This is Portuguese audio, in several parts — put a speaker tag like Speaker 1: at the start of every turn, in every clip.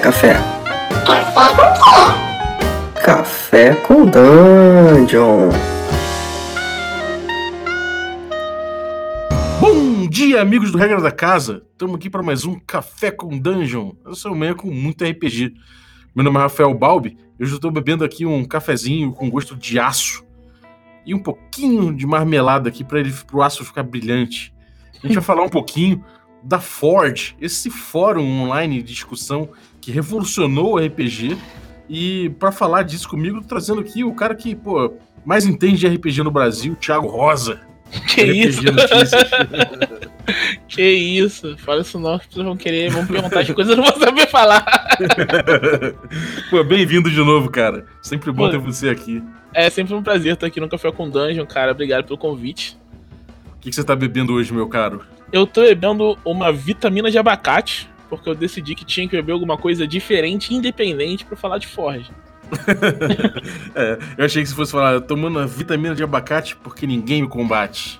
Speaker 1: café? Café com Dungeon.
Speaker 2: Bom dia, amigos do Regra da Casa. Estamos aqui para mais um Café com Dungeon. Eu sou manhã com muito RPG. Meu nome é Rafael Balbi. Eu já estou bebendo aqui um cafezinho com gosto de aço e um pouquinho de marmelada aqui para o aço ficar brilhante. A gente vai falar um pouquinho da Forge, esse fórum online de discussão que revolucionou o RPG. E para falar disso comigo, tô trazendo aqui o cara que, mais entende de RPG no Brasil, Thiago Rosa.
Speaker 3: Que isso? Que isso? Fala isso não, que vocês vão perguntar as coisas, eu não vou saber falar.
Speaker 2: Bem-vindo de novo, cara. Sempre bom ter você aqui.
Speaker 3: É sempre um prazer estar aqui no Café com Dungeon, cara. Obrigado pelo convite.
Speaker 2: O que você tá bebendo hoje, meu caro?
Speaker 3: Eu tô bebendo uma vitamina de abacate, porque eu decidi que tinha que beber alguma coisa diferente, independente, pra falar de Forge.
Speaker 2: Eu achei que você fosse falar, tomando uma vitamina de abacate porque ninguém me combate.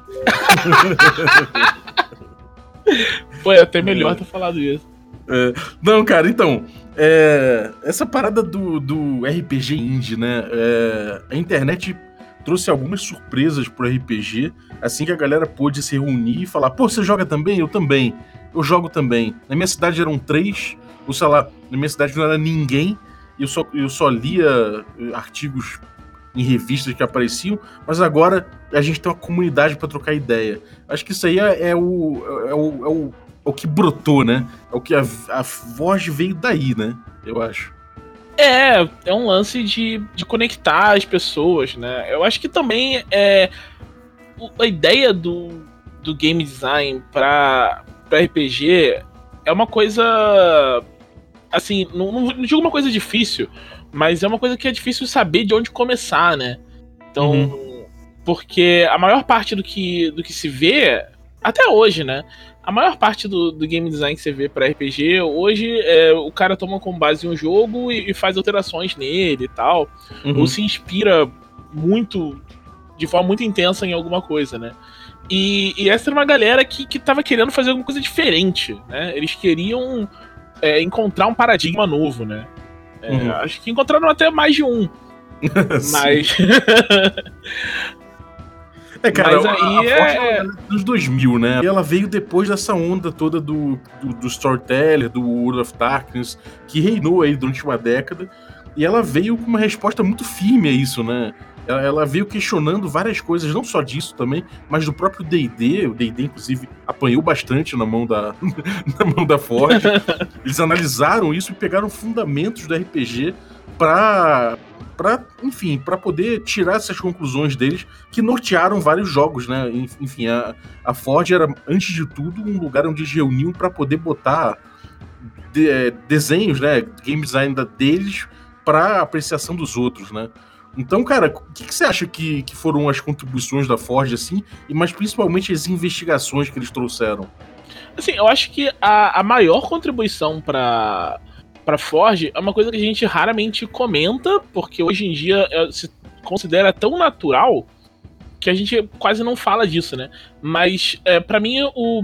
Speaker 3: É até melhor ter falado isso.
Speaker 2: Não, cara, então, essa parada do RPG indie, né? A internet trouxe algumas surpresas pro RPG, assim que a galera pôde se reunir e falar, você joga também? Eu também. Eu jogo também. Na minha cidade eram 3, ou sei lá, na minha cidade não era ninguém, e eu só lia artigos em revistas que apareciam, mas agora a gente tem uma comunidade pra trocar ideia. Acho que isso aí é o que brotou, né? É o que a Forge veio daí, né? Eu acho.
Speaker 3: É um lance de conectar as pessoas, né? Eu acho que também a ideia do game design pra RPG é uma coisa, assim, não digo uma coisa difícil, mas é uma coisa que é difícil saber de onde começar, né? Então, porque a maior parte do que se vê, até hoje, né? A maior parte do game design que você vê pra RPG, hoje, o cara toma como base um jogo e faz alterações nele e tal, ou se inspira muito, de forma muito intensa em alguma coisa, né? E essa era uma galera que tava querendo fazer alguma coisa diferente, né? Eles queriam encontrar um paradigma novo, né? Acho que encontraram até mais de um. Mas...
Speaker 2: cara,
Speaker 3: mas aí
Speaker 2: a Forge é dos 2000, né? E ela veio depois dessa onda toda do Storyteller, do World of Darkness, que reinou aí durante uma década. E ela veio com uma resposta muito firme a isso, né? Ela veio questionando várias coisas, não só disso também, mas do próprio D&D. O D&D, inclusive, apanhou bastante na mão da Forge. Eles analisaram isso e pegaram fundamentos do RPG pra poder tirar essas conclusões deles, que nortearam vários jogos, né? Enfim, a Forge era, antes de tudo, um lugar onde eles reuniam para poder botar desenhos, né? Game design deles para apreciação dos outros, né? Então, cara, o que você acha que foram as contribuições da Forge, assim, e mais principalmente as investigações que eles trouxeram?
Speaker 3: Assim, eu acho que a maior contribuição pra Forge é uma coisa que a gente raramente comenta, porque hoje em dia se considera tão natural que a gente quase não fala disso, né? Mas, pra mim,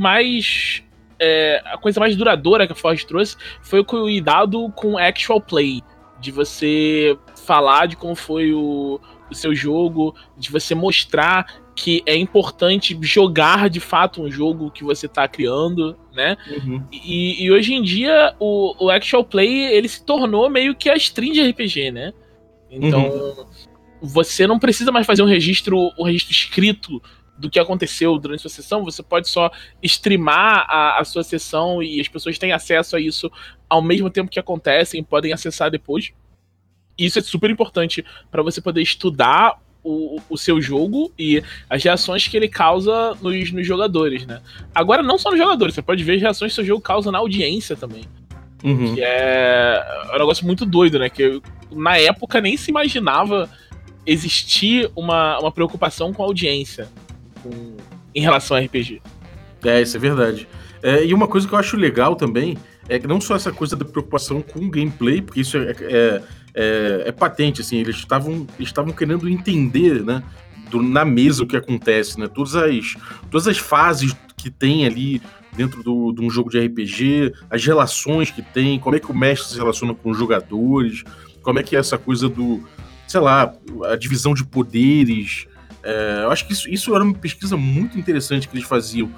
Speaker 3: a coisa mais duradoura que a Forge trouxe foi o cuidado com actual play, de você falar de como foi o seu jogo, de você mostrar que é importante jogar de fato um jogo que você tá criando, né? E hoje em dia o actual play, ele se tornou meio que a stream de RPG, né? Então você não precisa mais fazer um registro escrito do que aconteceu durante a sua sessão, você pode só streamar a sua sessão e as pessoas têm acesso a isso ao mesmo tempo que acontecem, podem acessar depois. Isso é super importante para você poder estudar o seu jogo e as reações que ele causa nos jogadores, né? Agora, não só nos jogadores, você pode ver as reações que seu jogo causa na audiência também. Que é um negócio muito doido, né? Que na época nem se imaginava existir uma preocupação com a audiência em relação a RPG.
Speaker 2: Isso é verdade. E uma coisa que eu acho legal também é que não só essa coisa da preocupação com o gameplay, porque isso é patente, assim, eles estavam querendo entender, né, na mesa o que acontece, né, todas as fases que tem ali dentro de um jogo de RPG, as relações que tem, como é que o mestre se relaciona com os jogadores, como é que é essa coisa do, sei lá, a divisão de poderes. Eu acho que isso era uma pesquisa muito interessante que eles faziam.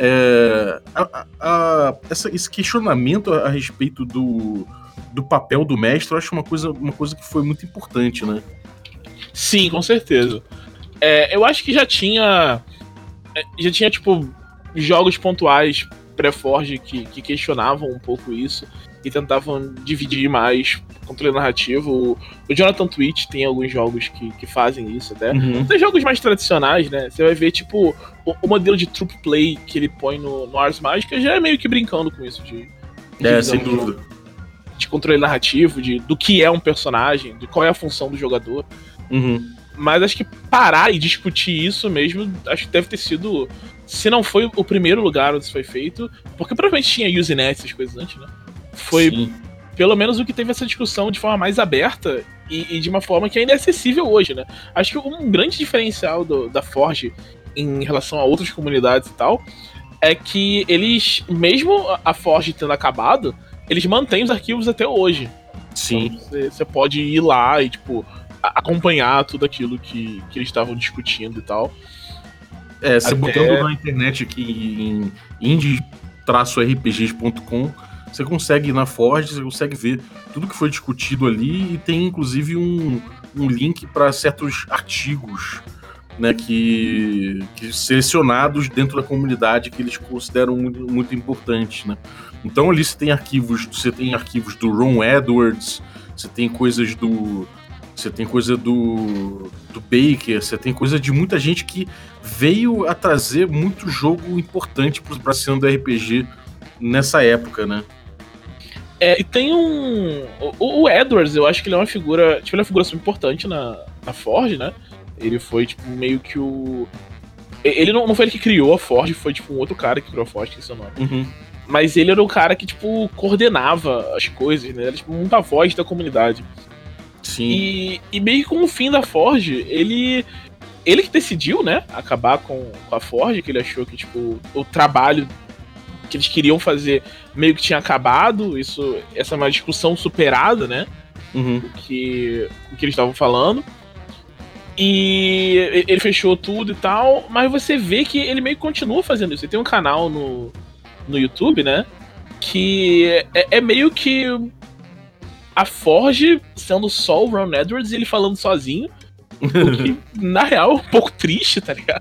Speaker 2: Esse questionamento a respeito do papel do mestre, eu acho uma coisa que foi muito importante, né?
Speaker 3: Sim, com certeza. Eu acho que já tinha, tipo, jogos pontuais pré-Forge que questionavam um pouco isso e tentavam dividir mais controle narrativo. O Jonathan Twitch tem alguns jogos que fazem isso até. Tem jogos mais tradicionais, né? Você vai ver, tipo, o modelo de troop play que ele põe no Ars Magica já é meio que brincando com isso
Speaker 2: sem dúvida.
Speaker 3: De controle narrativo, do que é um personagem, de qual é a função do jogador. Mas acho que parar e discutir isso mesmo, acho que deve ter sido, se não foi o primeiro lugar onde isso foi feito, porque provavelmente tinha Usenet, essas coisas antes, né? Foi Sim. Pelo menos o que teve essa discussão de forma mais aberta e de uma forma que ainda é acessível hoje, né? Acho que um grande diferencial da Forge em relação a outras comunidades e tal, é que eles, mesmo a Forge tendo acabado, eles mantêm os arquivos até hoje.
Speaker 2: Sim.
Speaker 3: Então, você pode ir lá e, tipo, acompanhar tudo aquilo que eles estavam discutindo e tal.
Speaker 2: Você botando na internet aqui em indie-rpgs.com, você consegue ir na Forge, você consegue ver tudo que foi discutido ali e tem inclusive um link para certos artigos, né, que selecionados dentro da comunidade que eles consideram muito, muito importantes, né? Então ali você tem arquivos do Ron Edwards, você tem coisa do Baker, você tem coisa de muita gente que veio a trazer muito jogo importante pra cena do RPG nessa época, né?
Speaker 3: E tem o Edwards, eu acho que ele é uma figura, tipo, ele é uma figura super importante na Forge, né? Ele foi, tipo, meio que ele não foi ele que criou a Forge, foi, tipo, um outro cara que criou a Forge, que é seu nome. Mas ele era o cara que, tipo, coordenava as coisas, né? Era, tipo, muita voz da comunidade.
Speaker 2: Sim.
Speaker 3: E meio que com o fim da Forge, ele que decidiu, né, acabar com a Forge, que ele achou que, tipo, o trabalho que eles queriam fazer meio que tinha acabado. Essa é uma discussão superada, né? O que eles estavam falando. E ele fechou tudo e tal, mas você vê que ele meio que continua fazendo isso. Ele tem um canal no YouTube, né? Que é meio que a Forge sendo só o Ron Edwards e ele falando sozinho. O que, na real, é um pouco triste, tá ligado?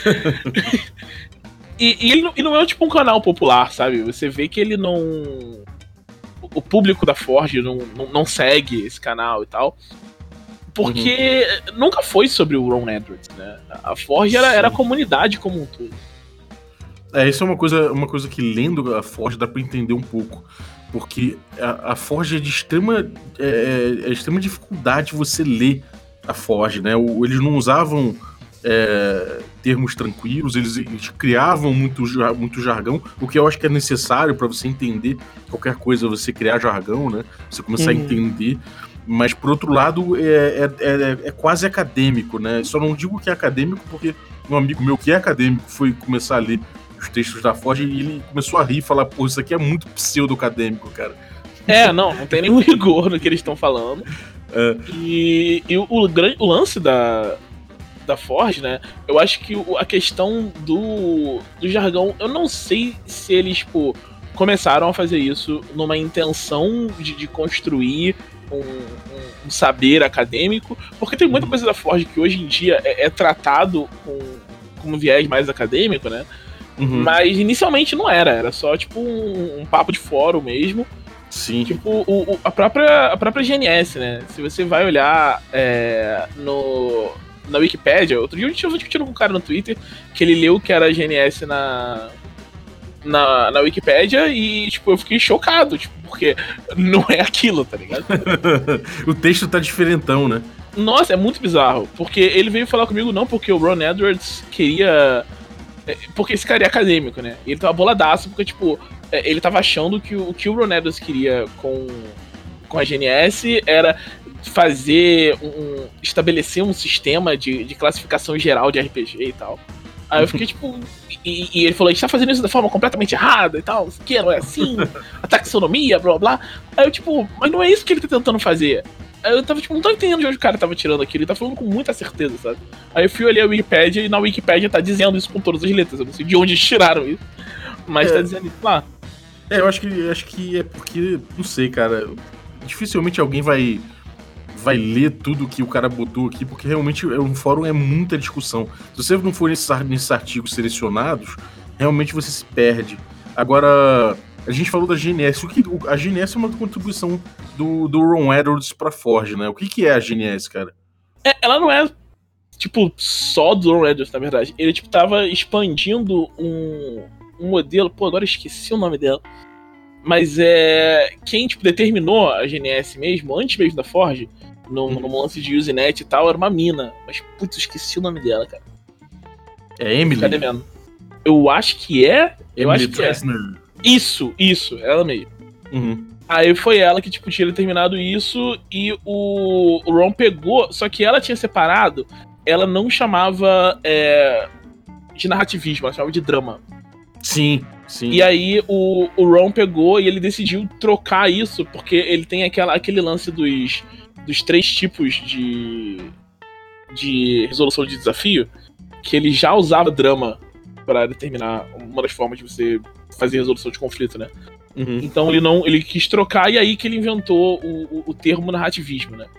Speaker 3: E ele não é tipo um canal popular, sabe? Você vê que ele não. O público da Forge não segue esse canal e tal. Porque nunca foi sobre o Ron Edwards, né? A Forge era a comunidade como um todo.
Speaker 2: Isso é uma coisa que, lendo a Forge, dá pra entender um pouco. Porque a Forge é de extrema dificuldade você ler a Forge, né? Eles não usavam termos tranquilos, eles criavam muito jargão, o que eu acho que é necessário para você entender qualquer coisa, você criar jargão, né? Você começar a entender. Mas, por outro lado, é quase acadêmico, né? Só não digo que é acadêmico porque um amigo meu que é acadêmico foi começar a ler os textos da Forge e ele começou a rir e falar, pô, isso aqui é muito pseudo-acadêmico, cara.
Speaker 3: Não tem nenhum rigor no que eles estão falando. E o lance da Forge, né? Eu acho que a questão do jargão, eu não sei se eles, tipo, começaram a fazer isso numa intenção de construir um saber acadêmico, porque tem muita coisa da Forge que hoje em dia é tratado com um viés mais acadêmico, né? Mas inicialmente não era só tipo um papo de fórum mesmo.
Speaker 2: Sim.
Speaker 3: Tipo, a própria GNS, né? Se você vai olhar na Wikipédia, outro dia a gente estava discutindo com um cara no Twitter que ele leu que era a GNS na Wikipédia e, tipo, eu fiquei chocado, tipo, porque não é aquilo, tá ligado?
Speaker 2: O texto tá diferentão, né?
Speaker 3: Nossa, é muito bizarro, porque ele veio falar comigo não porque o Ron Edwards queria... Porque esse cara é acadêmico, né? Ele tava boladaço porque, tipo, ele tava achando que o que o Ron Edwards queria com a GNS era estabelecer um sistema de classificação geral de RPG e tal. Aí eu fiquei tipo. E ele falou: a gente tá fazendo isso da forma completamente errada e tal, não sei o que, não é assim, a taxonomia, blá blá. Aí eu, tipo, mas não é isso que ele tá tentando fazer. Aí eu tava, tipo, não tô entendendo de onde o cara tava tirando aquilo, ele tá falando com muita certeza, sabe? Aí eu fui olhar a Wikipédia e na Wikipédia tá dizendo isso com todas as letras, eu não sei de onde eles tiraram isso, mas tá dizendo isso lá.
Speaker 2: Eu acho que é porque, não sei, cara, dificilmente alguém vai ler tudo que o cara botou aqui, porque realmente um fórum é muita discussão. Se você não for nesses artigos selecionados, realmente você se perde. Agora, a gente falou da GNS. A GNS é uma contribuição do Ron Edwards pra Forge, né? O que é a GNS, cara?
Speaker 3: Ela não é, tipo, só do Ron Edwards, na verdade. Ele, tipo, tava expandindo um modelo... Pô, agora eu esqueci o nome dela. Mas quem, tipo, determinou a GNS mesmo, antes mesmo da Forge, no lance de Usenet e tal, era uma mina. Mas, putz, eu esqueci o nome dela, cara.
Speaker 2: É Emily?
Speaker 3: Cadê mesmo? Eu acho que é. Eu
Speaker 2: Emily
Speaker 3: acho que
Speaker 2: Tressner.
Speaker 3: Isso, ela mesmo.
Speaker 2: Uhum.
Speaker 3: Aí foi ela que, tipo, tinha determinado isso e o Ron pegou, só que ela tinha separado, ela não chamava de narrativismo, ela chamava de drama.
Speaker 2: Sim.
Speaker 3: E aí o Ron pegou e ele decidiu trocar isso, porque ele tem aquele lance dos 3 tipos de resolução de desafio, que ele já usava drama para determinar uma das formas de você fazer resolução de conflito, né?
Speaker 2: Uhum.
Speaker 3: Então ele quis trocar e aí que ele inventou o termo narrativismo, né?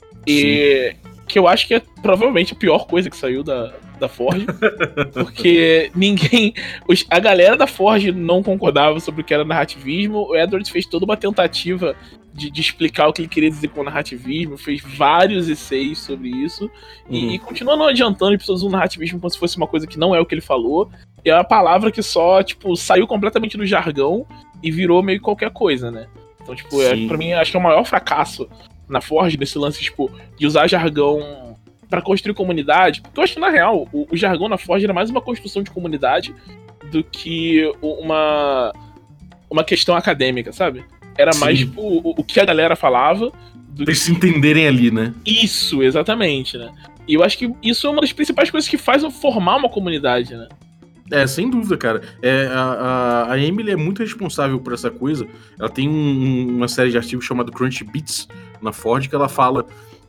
Speaker 3: E que eu acho que é provavelmente a pior coisa que saiu da Forge, porque a galera da Forge não concordava sobre o que era narrativismo. O Edwards fez toda uma tentativa de explicar o que ele queria dizer com narrativismo, fez vários essays sobre isso, e continua não adiantando as pessoas usam narrativismo como se fosse uma coisa que não é o que ele falou. É uma palavra que só, tipo, saiu completamente do jargão e virou meio qualquer coisa, né? Então, tipo, pra mim, acho que é o maior fracasso na Forge, desse lance, tipo, de usar jargão pra construir comunidade. Porque eu acho que, na real, o jargão na Forge era mais uma construção de comunidade do que uma questão acadêmica, sabe? Era mais, tipo, o que a galera falava.
Speaker 2: Pra eles se entenderem ali, né?
Speaker 3: Isso, exatamente, né? E eu acho que isso é uma das principais coisas que faz formar uma comunidade, né?
Speaker 2: Sem dúvida, cara. A Emily é muito responsável por essa coisa. Ela tem uma série de artigos chamado Crunch Beats na Forge, que ela fala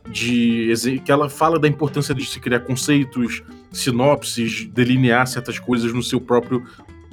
Speaker 2: da importância de se criar conceitos, sinopses, delinear certas coisas no seu próprio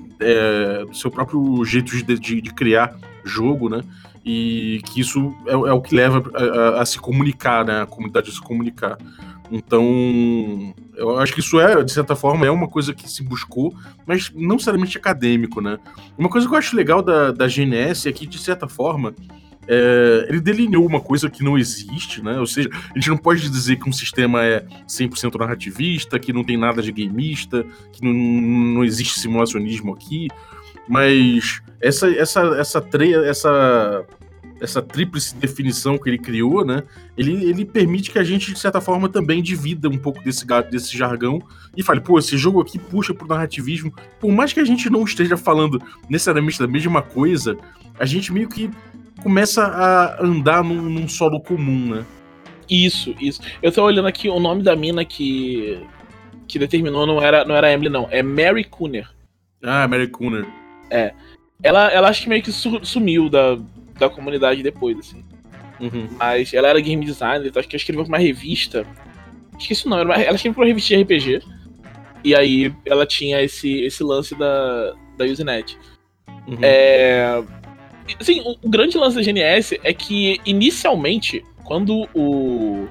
Speaker 2: jeito de criar jogo, né? E que isso é o que leva a se comunicar, né? A comunidade a se comunicar. Então, eu acho que isso de certa forma, é uma coisa que se buscou, mas não necessariamente acadêmico, né? Uma coisa que eu acho legal da GNS é que, de certa forma, ele delineou uma coisa que não existe, né? Ou seja, a gente não pode dizer que um sistema é 100% narrativista, que não tem nada de gameista, que não existe simulacionismo aqui, mas essa tríplice definição que ele criou, né? Ele permite que a gente, de certa forma, também divida um pouco desse jargão e fale, pô, esse jogo aqui puxa pro narrativismo. Por mais que a gente não esteja falando necessariamente da mesma coisa, a gente meio que começa a andar num solo comum, né? Isso. Eu tô olhando aqui, o nome da mina que determinou não era Emily, não. É Mary Cooner. Ah, Mary Cooner.
Speaker 3: Ela acho que meio que sumiu da comunidade depois, assim.
Speaker 2: Uhum.
Speaker 3: Mas ela era game designer, acho que ela escreveu pra uma revista. Esqueci o nome, ela escreveu pra uma revista de RPG. E aí ela tinha esse lance da Usenet.
Speaker 2: Uhum.
Speaker 3: Assim, o grande lance da GNS é que, inicialmente, quando o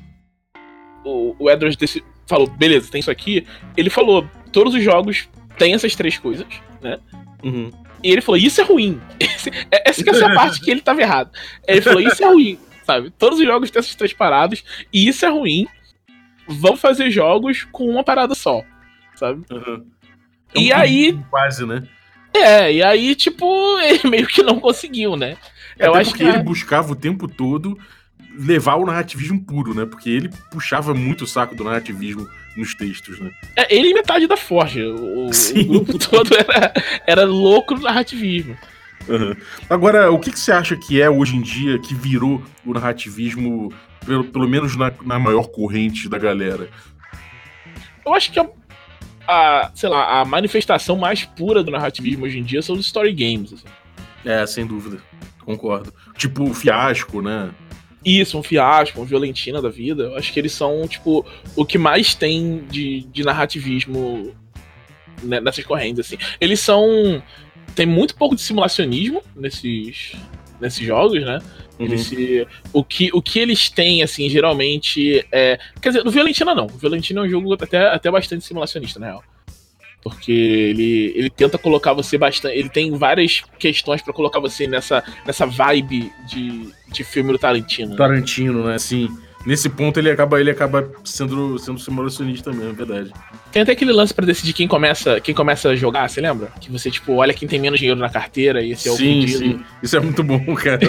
Speaker 3: Edwards falou, beleza, tem isso aqui, ele falou, todos os jogos têm essas 3 coisas, né?
Speaker 2: Uhum.
Speaker 3: E ele falou, isso é ruim. Essa que é a parte que ele tava errado. Ele falou, isso é ruim, sabe? Todos os jogos têm essas 3 paradas, e isso é ruim. Vão fazer jogos com uma parada só, sabe?
Speaker 2: Uhum.
Speaker 3: E aí...
Speaker 2: Quase, né?
Speaker 3: E aí, tipo, ele meio que não conseguiu, né?
Speaker 2: Eu acho que ele buscava o tempo todo levar o narrativismo puro, né? Porque ele puxava muito o saco do narrativismo nos textos, né?
Speaker 3: Ele e metade da Forge. O grupo todo era louco no narrativismo.
Speaker 2: Uhum. Agora, o que você acha que é hoje em dia que virou o narrativismo, pelo menos na maior corrente da galera?
Speaker 3: Eu acho que sei lá, a manifestação mais pura do narrativismo hoje em dia são os story games, assim.
Speaker 2: Sem dúvida. Concordo. Tipo, o Fiasco, né?
Speaker 3: Isso, um Fiasco, um Violentina da vida. Eu acho que eles são, tipo, o que mais tem de narrativismo nessas correntes, assim. Eles são... Tem muito pouco de simulacionismo nesses jogos, né? O que eles têm, assim, geralmente é... Quer dizer, no Violentina não. O Violentina é um jogo até bastante simulacionista, na real. Porque ele tenta colocar você bastante... Ele tem várias questões pra colocar você nessa vibe de filme do Tarantino. Né?
Speaker 2: Tarantino, né? Assim, nesse ponto ele acaba sendo simulacionista mesmo, é verdade.
Speaker 3: Tem até aquele lance pra decidir quem começa a jogar, você lembra? Que você, tipo, olha quem tem menos dinheiro na carteira e esse é o pedido.
Speaker 2: Sim, isso é muito bom, cara.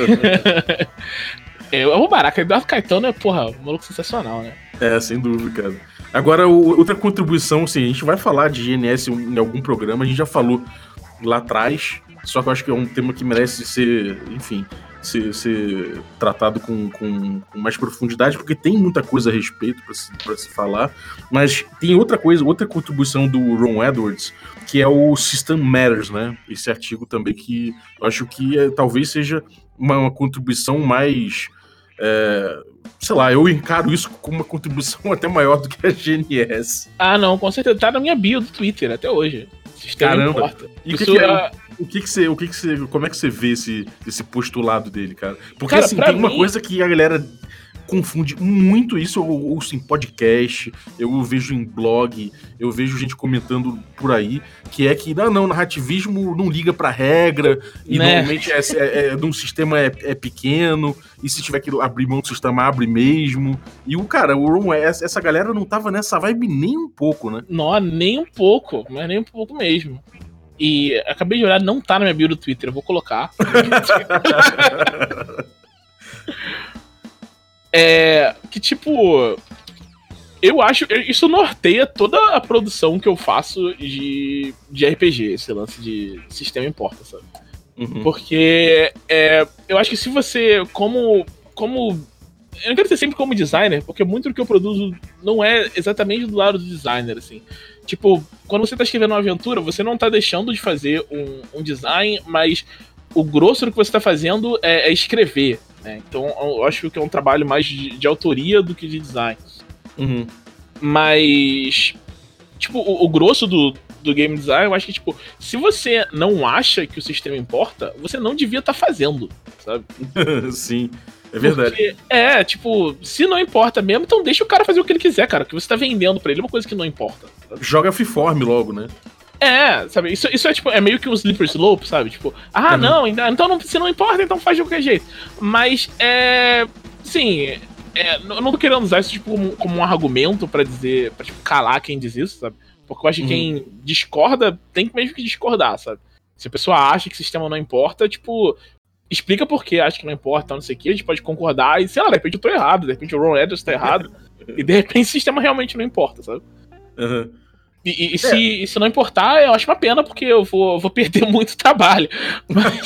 Speaker 3: O Baraca, Eduardo Caetano é, porra, um maluco sensacional, né?
Speaker 2: Sem dúvida, cara. Agora, outra contribuição, assim, a gente vai falar de GNS em algum programa, a gente já falou lá atrás, só que eu acho que é um tema que merece ser, enfim, ser tratado com mais profundidade, porque tem muita coisa a respeito pra se falar, mas tem outra contribuição do Ron Edwards, que é o System Matters, né? Esse artigo também que eu acho que talvez seja uma contribuição mais... sei lá, eu encaro isso como uma contribuição até maior do que a GNS.
Speaker 3: Ah, não, com certeza. Tá na minha bio do Twitter até hoje.
Speaker 2: Caramba. E como é que você vê esse postulado dele, cara? Porque, cara, assim, tem uma coisa que a galera confunde muito isso, eu ouço em podcast, eu vejo em blog, eu vejo gente comentando por aí, que é que, não, narrativismo não liga pra regra, e normalmente de um sistema é pequeno, e se tiver que abrir mão do sistema, abre mesmo. E o Ron, essa galera não tava nessa vibe nem um pouco, né?
Speaker 3: Não, nem um pouco, mas nem um pouco mesmo. E acabei de olhar, não tá na minha bio do Twitter, eu vou colocar. Que tipo, eu acho, isso norteia toda a produção que eu faço de RPG, esse lance de sistema importa, sabe?
Speaker 2: Uhum.
Speaker 3: Porque eu acho que se você, como eu não quero dizer sempre como designer, porque muito do que eu produzo não é exatamente do lado do designer, assim. Tipo, quando você tá escrevendo uma aventura, você não tá deixando de fazer um design, mas o grosso do que você tá fazendo é escrever, né? Então eu acho que é um trabalho mais de autoria do que de design.
Speaker 2: Uhum.
Speaker 3: Mas, tipo, o grosso do game design, eu acho que, tipo, se você não acha que o sistema importa, você não devia estar fazendo, sabe?
Speaker 2: Sim, é verdade.
Speaker 3: Porque, tipo, se não importa mesmo, então deixa o cara fazer o que ele quiser, cara. O que você tá vendendo pra ele é uma coisa que não importa. Sabe?
Speaker 2: Joga freeform logo, né?
Speaker 3: Sabe? Isso é tipo, é meio que um slippery slope, sabe? Tipo, não, então se não importa, então faz de qualquer jeito. Mas, sim, não tô querendo usar isso tipo, como um argumento pra dizer, pra tipo, calar quem diz isso, sabe? Porque eu acho que quem discorda tem mesmo que discordar, sabe? Se a pessoa acha que o sistema não importa, tipo, explica por que acha que não importa, não sei o que, a gente pode concordar e, sei lá, de repente eu tô errado, de repente o Ron Edwards tá errado, e de repente o sistema realmente não importa, sabe?
Speaker 2: Uhum.
Speaker 3: E se não importar, eu acho uma pena, porque eu vou perder muito trabalho. Mas...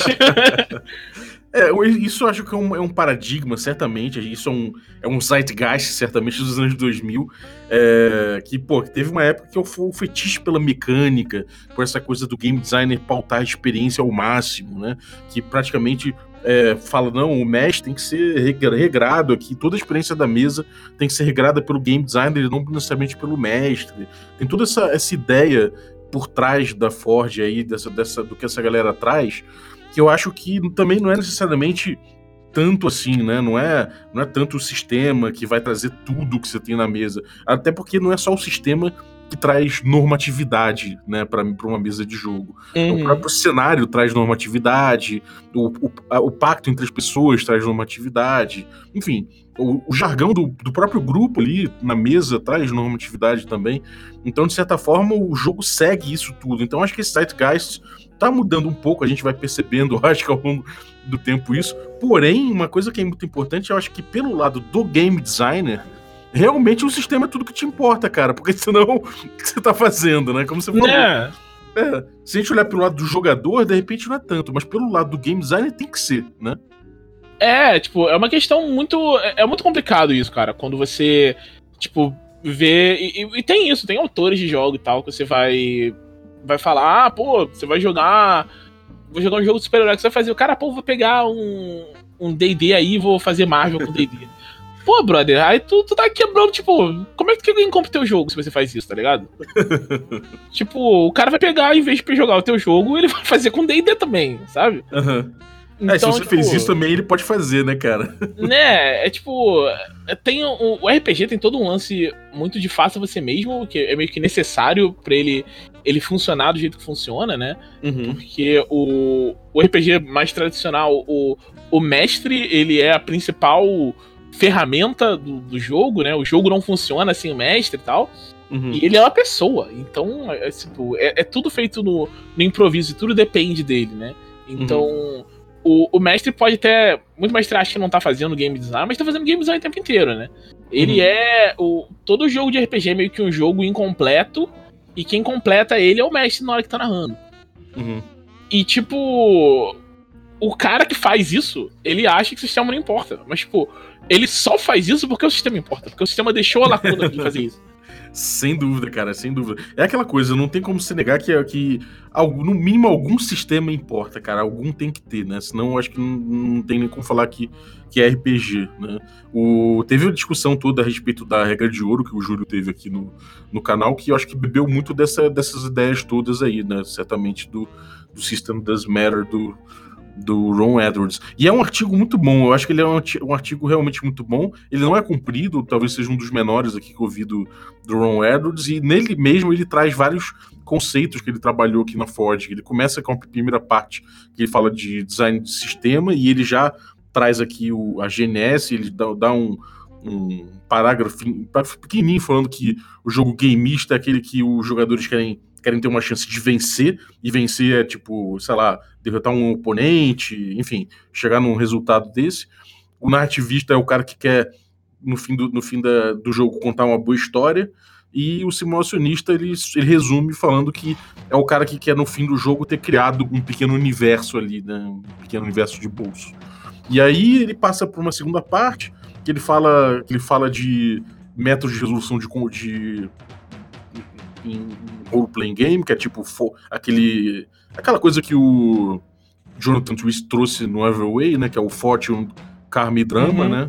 Speaker 2: isso eu acho que é um paradigma, certamente. Isso é um zeitgeist, certamente, dos anos 2000. Que teve uma época que eu fui o fetiche pela mecânica, por essa coisa do game designer pautar a experiência ao máximo, né? Que praticamente fala, não, o mestre tem que ser regrado aqui, toda a experiência da mesa tem que ser regrada pelo game designer e não necessariamente pelo mestre. Tem toda essa ideia por trás da Forge aí, do que essa galera traz, que eu acho que também não é necessariamente tanto assim, né? Não é tanto o sistema que vai trazer tudo que você tem na mesa. Até porque não é só o sistema que traz normatividade, né, para uma mesa de jogo. O próprio cenário traz normatividade, o pacto entre as pessoas traz normatividade, enfim, o jargão do próprio grupo ali na mesa traz normatividade também. Então, de certa forma, o jogo segue isso tudo. Então, acho que esse Zeitgeist tá mudando um pouco, a gente vai percebendo, acho que ao longo do tempo isso. Porém, uma coisa que é muito importante, eu acho que pelo lado do game designer, realmente o sistema é tudo que te importa, cara, porque senão o que você tá fazendo, né? Como você falou. Se a gente olhar pelo lado do jogador, de repente não é tanto, mas pelo lado do game designer tem que ser, né?
Speaker 3: Tipo, é uma questão muito... É muito complicado isso, cara, quando você, tipo, ver. E tem isso, tem autores de jogo e tal, que você vai falar, pô, você vai jogar. Vou jogar um jogo de super-herói, que você vai fazer. O cara, pô, vou pegar um D&D aí e vou fazer Marvel com D&D. Pô, brother, aí tu tá quebrando, tipo, como é que alguém compra o teu jogo se você faz isso, tá ligado? Tipo, o cara vai pegar, em vez de jogar o teu jogo, ele vai fazer com D&D também, sabe?
Speaker 2: Aham.
Speaker 3: Então,
Speaker 2: se você
Speaker 3: tipo,
Speaker 2: fez isso também, ele pode fazer, né, cara?
Speaker 3: Né, é tipo. Tem o RPG tem todo um lance muito de faça você mesmo, que é meio que necessário pra ele funcionar do jeito que funciona, né?
Speaker 2: Uhum.
Speaker 3: Porque o RPG mais tradicional, o mestre, ele é a principal ferramenta do jogo, né? O jogo não funciona sem o mestre e tal.
Speaker 2: Uhum.
Speaker 3: E ele é uma pessoa. Então, tipo, é tudo feito no improviso e tudo depende dele, né? Então. O mestre pode até. Muito mestre acha que não tá fazendo game design, mas tá fazendo game design o tempo inteiro, né? Ele é. Todo jogo de RPG é meio que um jogo incompleto, e quem completa ele é o mestre na hora que tá narrando. E, tipo. O cara que faz isso, ele acha que o sistema não importa. Mas, tipo, ele só faz isso porque o sistema importa. Porque o sistema deixou a lacuna de fazer isso.
Speaker 2: Sem dúvida, cara, sem dúvida. É aquela coisa, não tem como se negar que no mínimo algum sistema importa, cara. Algum tem que ter, né? Senão eu acho que não tem nem como falar que é RPG, né? Teve uma discussão toda a respeito da regra de ouro que o Júlio teve aqui no canal, que eu acho que bebeu muito dessas ideias todas aí, né? Certamente do System Does Matter, do Ron Edwards. E é um artigo muito bom, eu acho que ele é um artigo realmente muito bom. Ele não é comprido, talvez seja um dos menores aqui que eu vi do Ron Edwards, e nele mesmo ele traz vários conceitos que ele trabalhou aqui na Ford. Ele começa com a primeira parte, que ele fala de design de sistema, e ele já traz aqui a GNS, ele dá um parágrafo pequenininho falando que o jogo gameista é aquele que os jogadores querem ter uma chance de vencer, e vencer é tipo, sei lá, derrotar um oponente, enfim, chegar num resultado desse. O narrativista é o cara que quer, no fim do jogo, contar uma boa história, e o simulacionista, ele resume falando que é o cara que quer, no fim do jogo, ter criado um pequeno universo ali, né, um pequeno universo de bolso. E aí ele passa por uma segunda parte, que ele fala de métodos de resolução de em role-playing game, que é tipo aquela coisa que o Jonathan Twist trouxe no Everway, né, que é o Fortune, Karma e Drama, né?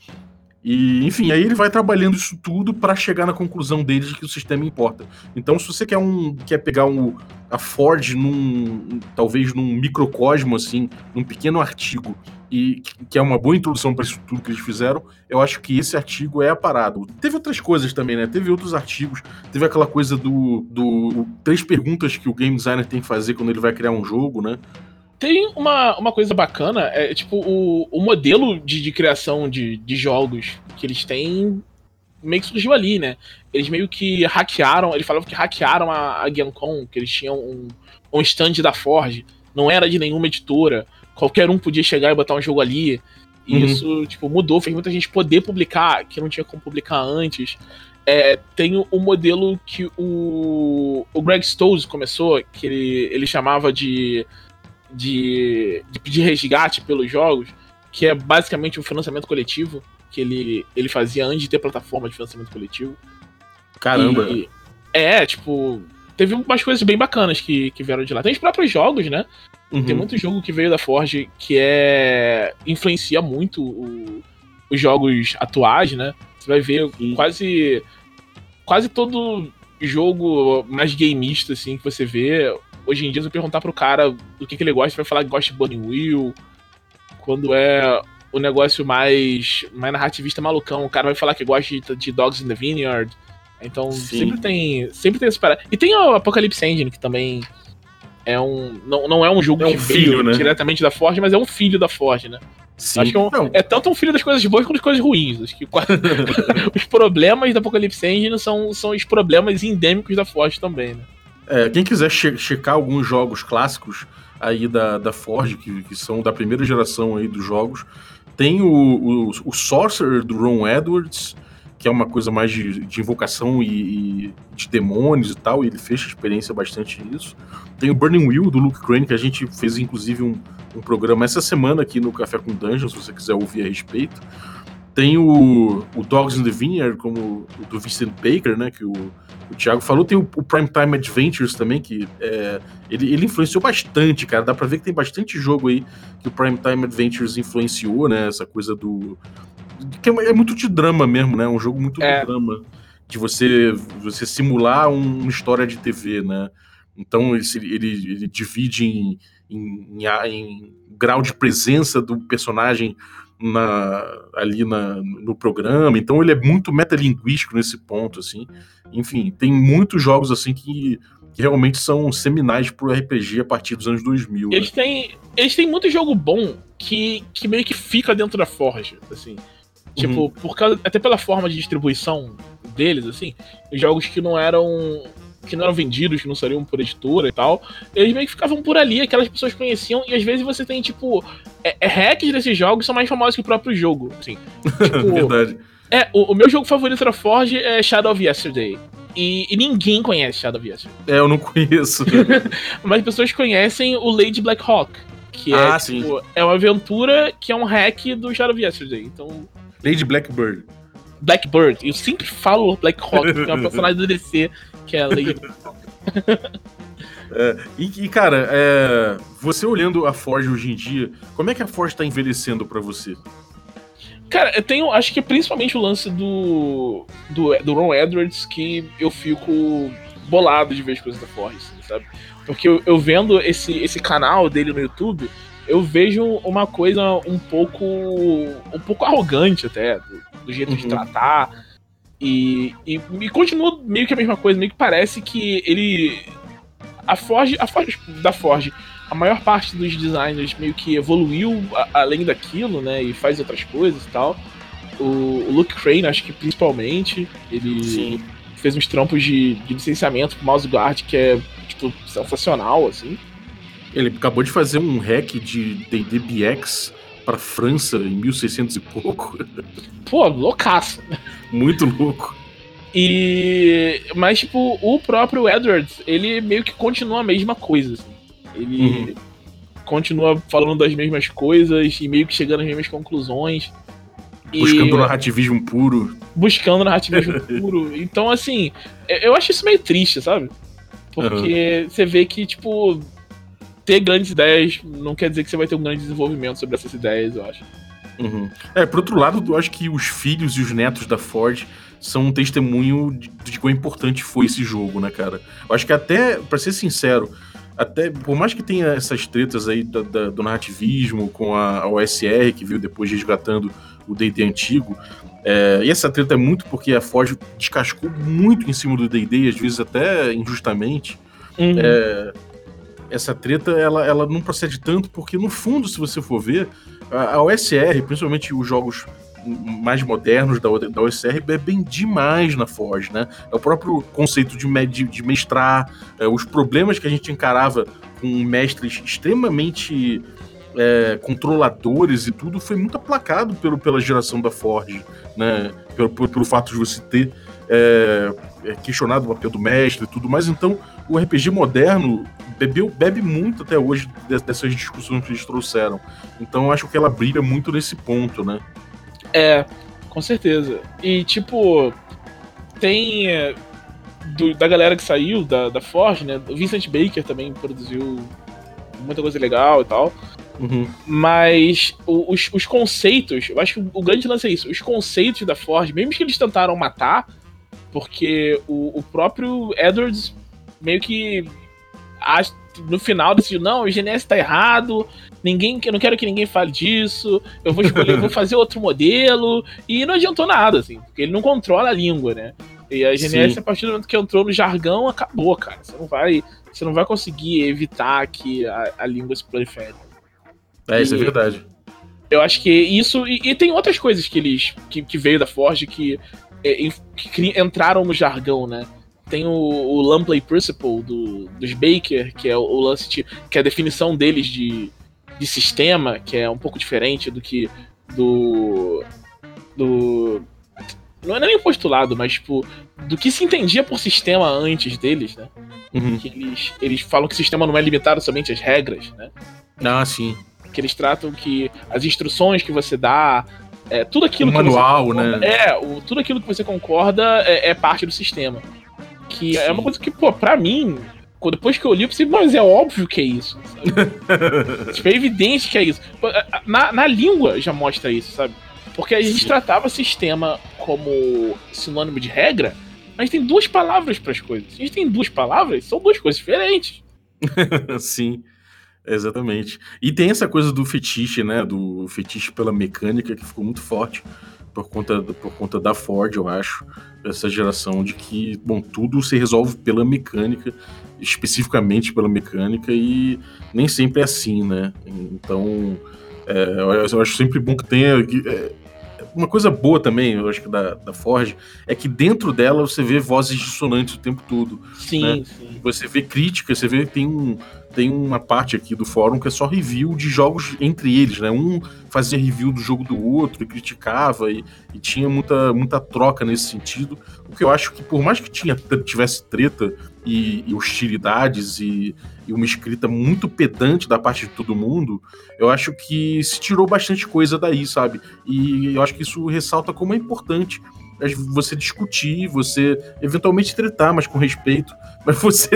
Speaker 2: E, enfim, aí ele vai trabalhando isso tudo para chegar na conclusão dele de que o sistema importa. Então, se você quer pegar a Ford talvez num microcosmo, assim, num pequeno artigo, e que é uma boa introdução para isso tudo que eles fizeram, eu acho que esse artigo é a parada. Teve outras coisas também, né? Teve outros artigos, teve aquela coisa do 3 perguntas que o game designer tem que fazer quando ele vai criar um jogo, né?
Speaker 3: Tem uma coisa bacana, tipo, o modelo de criação de jogos que eles têm meio que surgiu ali, né? Eles meio que hackearam, eles falavam que hackearam a Gamescom, que eles tinham um stand da Forge, não era de nenhuma editora, qualquer um podia chegar e botar um jogo ali, e isso, tipo, mudou, fez muita gente poder publicar, que não tinha como publicar antes. Tem o modelo que o Greg Stolze começou, que ele chamava de pedir resgate pelos jogos, que é basicamente um financiamento coletivo que ele fazia antes de ter plataforma de financiamento coletivo.
Speaker 2: Caramba!
Speaker 3: Tipo, teve umas coisas bem bacanas que vieram de lá. Tem os próprios jogos, né? Tem muito jogo que veio da Forge que influencia muito os jogos atuais, né? Você vai ver quase todo jogo mais gameista, assim, que você vê. Hoje em dia, se eu perguntar pro cara do que ele gosta, vai falar que gosta de Burning Wheel. Quando é o negócio mais narrativista malucão, o cara vai falar que gosta de Dogs in the Vineyard. Então, sempre tem esse parada. E tem o Apocalypse Engine, que também não é um jogo que veio, né, diretamente da Forge, mas é um filho da Forge, né? Sim. Acho que é tanto um filho das coisas boas quanto das coisas ruins. Acho que os problemas da Apocalypse Engine são os problemas endêmicos da Forge também, né?
Speaker 2: Quem quiser checar alguns jogos clássicos aí da Forge, que são da primeira geração aí dos jogos, tem o Sorcerer do Ron Edwards, que é uma coisa mais de invocação e de demônios e tal, e ele fecha a experiência bastante nisso. Tem o Burning Wheel do Luke Crane, que a gente fez inclusive um programa essa semana aqui no Café com Dungeons, se você quiser ouvir a respeito. Tem o Dogs in the Vineyard, como o do Vincent Baker, né, que o Thiago falou. Tem o Primetime Adventures também, que ele influenciou bastante, cara. Dá pra ver que tem bastante jogo aí que o Primetime Adventures influenciou, né, essa coisa do... que é muito de drama mesmo, né, um jogo muito de drama, de você simular uma história de TV, né. Então ele divide em grau de presença do personagem ali no programa. Então ele é muito metalinguístico nesse ponto, assim. Enfim, tem muitos jogos assim que realmente são seminais pro RPG a partir dos anos 2000.
Speaker 3: Eles têm muito jogo bom que meio que fica dentro da Forge, assim. Tipo, até pela forma de distribuição deles, assim, os jogos que não eram vendidos, que não saíam por editora e tal, eles meio que ficavam por ali, aquelas pessoas conheciam, e às vezes você tem, tipo, hacks desses jogos são mais famosos que o próprio jogo, assim. Tipo,
Speaker 2: verdade.
Speaker 3: O meu jogo favorito da Forge é Shadow of Yesterday. E ninguém conhece Shadow of Yesterday.
Speaker 2: Eu não conheço.
Speaker 3: Mas as pessoas conhecem o Lady Black Hawk, que é uma aventura que é um hack do Shadow of Yesterday. Então...
Speaker 2: Lady Blackbird.
Speaker 3: Blackbird. Eu sempre falo Black Hawk, porque é uma personagem do DC, que é a Lady Black Hawk.
Speaker 2: Cara, você olhando a Forge hoje em dia, como é que a Forge tá envelhecendo pra você?
Speaker 3: Cara, acho que principalmente o lance do Ron Edwards, que eu fico bolado de ver as coisas da Forge, sabe? Porque eu vendo esse canal dele no YouTube, eu vejo uma coisa um pouco arrogante até, do jeito de tratar, e continua meio que a mesma coisa, meio que parece que a Forge, a maior parte dos designers meio que evoluiu além daquilo, né, e faz outras coisas e tal. O Luke Crane, acho que principalmente, ele fez uns trampos de licenciamento pro Mouse Guard, que é, tipo, sensacional, assim.
Speaker 2: Ele acabou de fazer um hack de D&D BX pra França em 1600 e pouco.
Speaker 3: Pô, loucaço.
Speaker 2: Muito louco.
Speaker 3: Mas, tipo, o próprio Edwards, ele meio que continua a mesma coisa, assim. Ele continua falando das mesmas coisas e meio que chegando às mesmas conclusões.
Speaker 2: Buscando narrativismo puro.
Speaker 3: Então, assim, eu acho isso meio triste, sabe? Porque você vê que, tipo, ter grandes ideias não quer dizer que você vai ter um grande desenvolvimento sobre essas ideias, eu acho.
Speaker 2: Por outro lado, eu acho que os filhos e os netos da Forge são um testemunho de quão importante foi esse jogo, né, cara? Eu acho que até, pra ser sincero, até por mais que tenha essas tretas aí do narrativismo com a OSR, que veio depois resgatando o D&D antigo, e essa treta é muito porque a Forge descascou muito em cima do D&D, às vezes até injustamente. Essa treta, ela não procede tanto porque, no fundo, se você for ver, a OSR, principalmente os jogos mais modernos da OSR, bebem demais na Forge, né? É o próprio conceito de mestrar, os problemas que a gente encarava com mestres extremamente controladores e tudo, foi muito aplacado pela geração da Forge, né? Pelo fato de você ter questionado o papel do mestre e tudo mais. Então, o RPG moderno bebe muito até hoje dessas discussões que eles trouxeram. Então, eu acho que ela brilha muito nesse ponto, né?
Speaker 3: Com certeza. E, tipo, tem da galera que saiu da Forge, né? O Vincent Baker também produziu muita coisa legal e tal. Mas os conceitos, eu acho que o grande lance é isso. Os conceitos da Forge, mesmo que eles tentaram matar, porque o próprio Edwards meio que no final decidiu, não, o GNS tá errado, eu não quero que ninguém fale disso, eu vou fazer outro modelo, e não adiantou nada, assim, porque ele não controla a língua, né? E a GNS, a partir do momento que entrou no jargão, acabou, cara. Você não vai conseguir evitar que a língua se prolifere.
Speaker 2: Isso é verdade.
Speaker 3: Eu acho que isso... E tem outras coisas que veio da Forge que entraram no jargão, né? Tem o Lamplay Principle dos Baker, que é o lance que é a definição deles de sistema, que é um pouco diferente do que não é nem postulado, mas tipo, do que se entendia por sistema antes deles, né? Que eles falam que o sistema não é limitado somente às regras, né?
Speaker 2: Sim.
Speaker 3: Que eles tratam que as instruções que você dá Tudo aquilo
Speaker 2: o manual,
Speaker 3: que você concorda,
Speaker 2: né?
Speaker 3: tudo aquilo que você concorda é parte do sistema. Que é uma coisa que, pô, pra mim, depois que eu li, eu pensei, mas é óbvio que é isso, sabe? Tipo, é evidente que é isso. Na língua já mostra isso, sabe? Porque a gente tratava sistema como sinônimo de regra, mas tem duas palavras para as coisas. Se a gente tem duas palavras, são duas coisas diferentes.
Speaker 2: Sim, exatamente. E tem essa coisa do fetiche, né? Do fetiche pela mecânica que ficou muito forte por conta da Ford, eu acho. Essa geração de que, bom, tudo se resolve pela mecânica, especificamente pela mecânica, e nem sempre é assim, né? Então, eu acho sempre bom que tenha. Uma coisa boa também, eu acho que da Ford, é que dentro dela você vê vozes dissonantes o tempo todo.
Speaker 3: Sim,
Speaker 2: né?
Speaker 3: sim.
Speaker 2: Você vê críticas, você vê que tem uma parte aqui do fórum que é só review de jogos entre eles, né? Um fazia review do jogo do outro e criticava, e tinha muita troca nesse sentido. O que eu acho que, por mais que tivesse treta e hostilidades e uma escrita muito pedante da parte de todo mundo, eu acho que se tirou bastante coisa daí, sabe? E eu acho que isso ressalta como é importante você discutir, você eventualmente tretar, mas com respeito, mas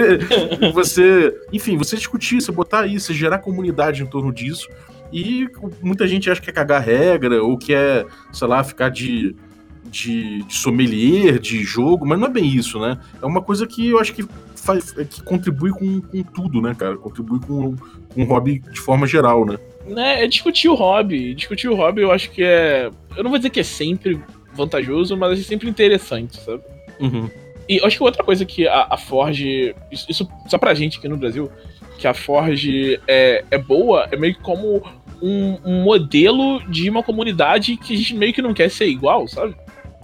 Speaker 2: enfim, você discutir, você botar aí, você gerar comunidade em torno disso. E muita gente acha que é cagar regra, ou que é, sei lá, ficar de sommelier de jogo, mas não é bem isso, né? É uma coisa que eu acho que que contribui com tudo, né, cara? Contribui com o hobby de forma geral, né?
Speaker 3: É discutir o hobby. Discutir o hobby eu acho que é. Eu não vou dizer que é sempre vantajoso, mas é sempre interessante, sabe?
Speaker 2: Uhum.
Speaker 3: E eu acho que outra coisa que a Forge. Isso só pra gente aqui no Brasil, que a Forge é boa, é meio que como um modelo de uma comunidade que a gente meio que não quer ser igual, sabe?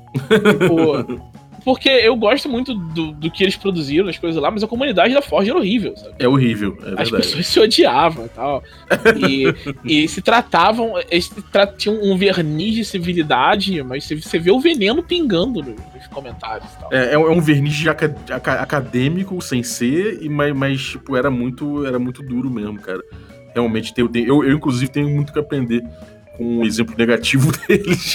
Speaker 3: Tipo. Porque eu gosto muito do que eles produziram, das coisas lá, mas a comunidade da Forge era horrível, sabe?
Speaker 2: É horrível, é verdade.
Speaker 3: As pessoas se odiavam e tal. E se tratavam. Tinham um verniz de civilidade, mas você vê o veneno pingando nos comentários e tal.
Speaker 2: É um verniz acadêmico, sem ser, mas tipo, era muito duro mesmo, cara. Realmente, eu inclusive tenho muito que aprender com o exemplo negativo deles.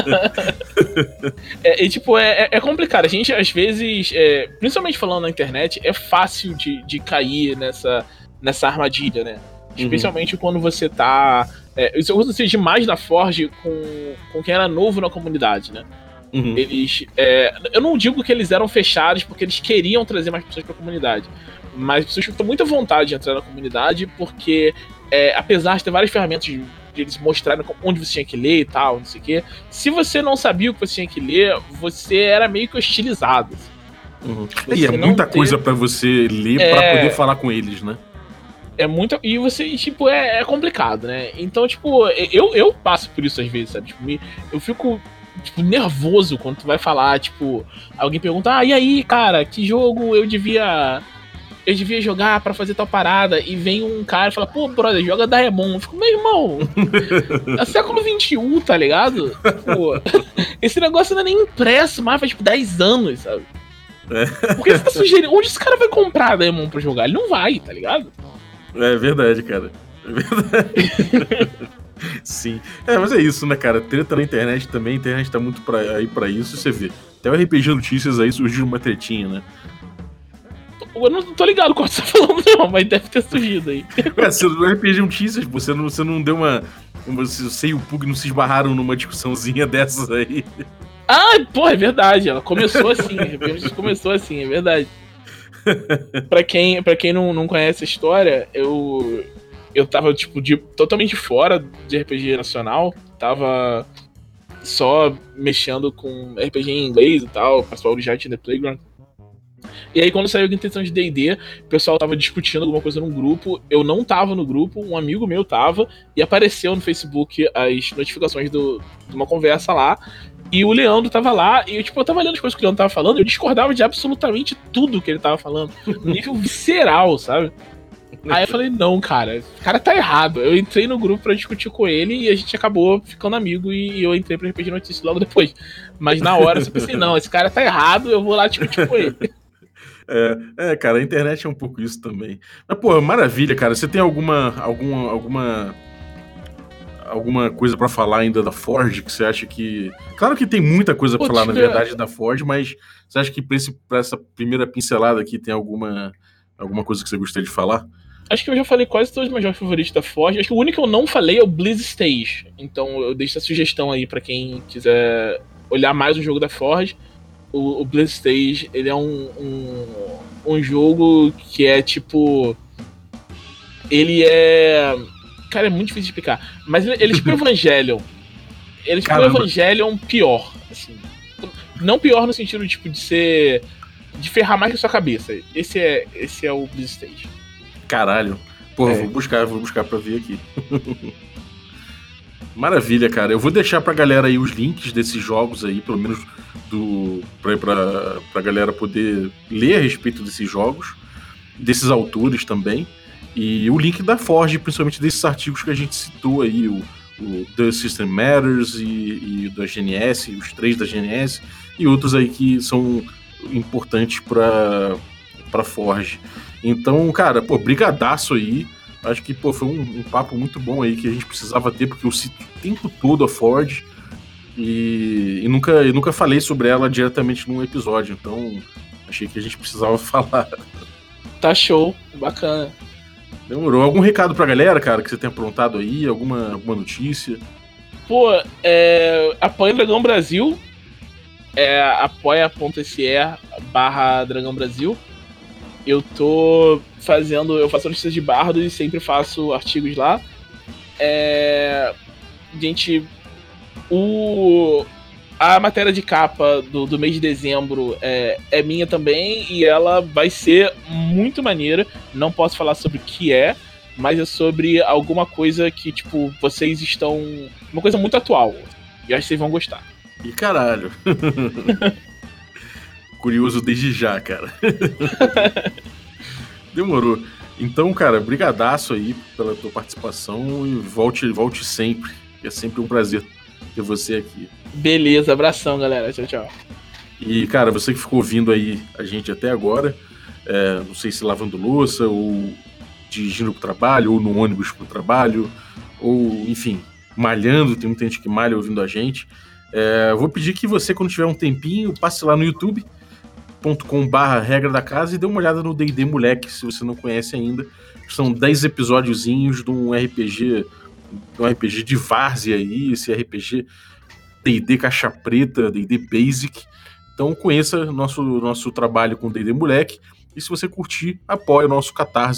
Speaker 3: É complicado. A gente, às vezes, principalmente falando na internet, é fácil de cair nessa armadilha, né? Especialmente quando você tá. Isso aconteceu demais na Forge com quem era novo na comunidade, né?
Speaker 2: Uhum.
Speaker 3: Eles. Eu não digo que eles eram fechados porque eles queriam trazer mais pessoas pra comunidade. Mas as pessoas tinham muita vontade de entrar na comunidade porque, apesar de ter várias ferramentas de eles mostrarem onde você tinha que ler e tal, não sei o quê. Se você não sabia o que você tinha que ler, você era meio que hostilizado.
Speaker 2: Uhum. E é muita coisa pra você ler pra poder falar com eles, né?
Speaker 3: É muito. E você, tipo, é complicado, né? Então, tipo, eu passo por isso às vezes, sabe? Tipo, eu fico, tipo, nervoso quando tu vai falar, tipo, alguém pergunta, e aí, cara, que jogo eu devia jogar pra fazer tal parada, e vem um cara e fala, pô, brother, joga Daemon. Eu fico, meu irmão, é século XXI, tá ligado? Pô, esse negócio não é nem impresso mais, faz tipo 10 anos, sabe? Por que você tá sugerindo? Onde esse cara vai comprar Daemon pra jogar? Ele não vai, tá ligado?
Speaker 2: É verdade, cara. É verdade. Sim. Mas é isso, né, cara? Treta na internet também, a internet tá muito aí pra isso, você vê. Até o RPG Notícias aí surgiu uma tretinha, né?
Speaker 3: Eu não tô ligado qual você tá falando, não, mas deve ter surgido aí.
Speaker 2: No RPG Notícias, você não deu uma. Você e o Pug não se esbarraram numa discussãozinha dessas aí.
Speaker 3: Pô, é verdade. Ela começou assim. Começou assim, é verdade. Pra quem não conhece a história, eu tava, tipo, totalmente fora de RPG nacional. Tava só mexendo com RPG em inglês e tal, pessoal do Giant in the Playground. E aí, quando saiu a intenção de D&D, o pessoal tava discutindo alguma coisa num grupo. Eu não tava no grupo, um amigo meu tava, e apareceu no Facebook as notificações de uma conversa lá. E o Leandro tava lá, e eu tava lendo as coisas que o Leandro tava falando, e eu discordava de absolutamente tudo que ele tava falando, no nível visceral, sabe? Aí eu falei, não, cara, o cara tá errado. Eu entrei no grupo pra discutir com ele e a gente acabou ficando amigo, e eu entrei pra RPG Notícias logo depois. Mas na hora eu pensei, não, esse cara tá errado, eu vou lá discutir com ele.
Speaker 2: Cara, a internet é um pouco isso também. Mas, pô, maravilha, cara. Você tem alguma alguma coisa pra falar ainda da Forge que você acha que... Claro que tem muita coisa pra falar, na verdade, da Forge, mas você acha que pra essa primeira pincelada aqui tem alguma coisa que você gostaria de falar?
Speaker 3: Acho que eu já falei quase todos os meus jogos favoritos da Forge. Acho que o único que eu não falei é o Blizz Stage. Então eu deixo essa sugestão aí pra quem quiser olhar mais um jogo da Forge. O Blizz Stage, ele é um jogo que é tipo... Ele é... Cara, é muito difícil de explicar. Mas ele é tipo Evangelion. Ele é tipo Evangelion pior. Assim. Não pior no sentido tipo, de ser... De ferrar mais que a sua cabeça. Esse é o Blizz Stage. Caralho.
Speaker 2: Porra, vou buscar pra ver aqui. Maravilha, cara. Eu vou deixar pra galera aí os links desses jogos aí, pelo menos pra galera poder ler a respeito desses jogos, desses autores também. E o link da Forge, principalmente desses artigos que a gente citou aí, o The System Matters e da GNS, os 3 da GNS, e outros aí que são importantes pra Forge. Então, cara, brigadaço aí. Acho que, foi um papo muito bom aí que a gente precisava ter, porque eu cito o tempo todo a Forge e nunca falei sobre ela diretamente num episódio, então achei que a gente precisava falar.
Speaker 3: Tá show, bacana.
Speaker 2: Demorou. Algum recado pra galera, cara, que você tenha aprontado aí? Alguma notícia?
Speaker 3: Apoia o Dragão Brasil, apoia.se/Dragão Brasil. Eu faço notícias de Bardo e sempre faço artigos lá. A matéria de capa do mês de dezembro é minha também, e ela vai ser muito maneira. Não posso falar sobre o que mas é sobre alguma coisa que, tipo, vocês estão... Uma coisa muito atual. E acho que vocês vão gostar.
Speaker 2: E caralho. Curioso desde já, cara. Demorou. Então, cara, brigadaço aí pela tua participação e volte sempre. É sempre um prazer ter você aqui.
Speaker 3: Beleza, abração, galera. Tchau, tchau.
Speaker 2: E, cara, você que ficou ouvindo aí a gente até agora, não sei se lavando louça, ou dirigindo pro trabalho, ou no ônibus pro trabalho, ou, enfim, malhando, tem muita gente que malha ouvindo a gente. Vou pedir que você, quando tiver um tempinho, passe lá no youtube.com/regra da casa e dê uma olhada no D&D Moleque, se você não conhece ainda. São 10 episódiozinhos de um RPG de várzea aí, esse RPG D&D Caixa Preta, D&D Basic. Então conheça nosso trabalho com D&D Moleque, e se você curtir, apoie o nosso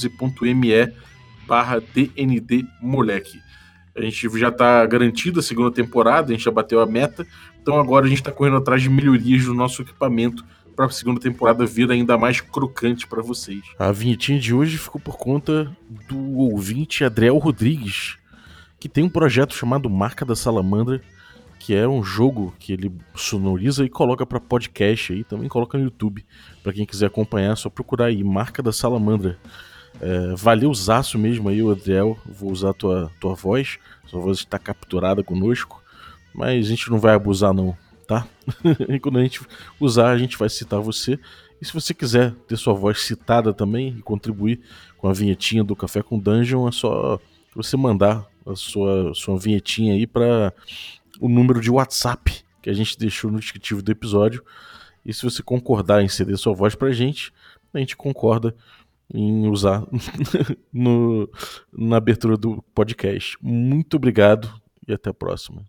Speaker 2: catarse.me/DND Moleque. A gente já está garantido a segunda temporada, a gente já bateu a meta, então agora a gente está correndo atrás de melhorias do nosso equipamento para a segunda temporada vir ainda mais crocante para vocês. A vinhetinha de hoje ficou por conta do ouvinte Adriel Rodrigues, que tem um projeto chamado Marca da Salamandra, que é um jogo que ele sonoriza e coloca para podcast aí, também coloca no YouTube. Para quem quiser acompanhar, é só procurar aí, Marca da Salamandra. Valeuzaço mesmo aí, Adriel. Vou usar a tua voz. Sua voz está capturada conosco, mas a gente não vai abusar não, tá? E quando a gente usar, a gente vai citar você. E se você quiser ter sua voz citada também e contribuir com a vinhetinha do Café com Dungeon, é só você mandar a sua vinhetinha aí para o número de WhatsApp que a gente deixou no descritivo do episódio. E se você concordar em ceder sua voz pra gente, a gente concorda em usar na abertura do podcast. Muito obrigado e até a próxima.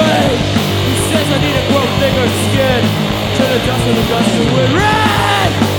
Speaker 4: I need a growth thicker skin to the dust of the dust and wind. Red!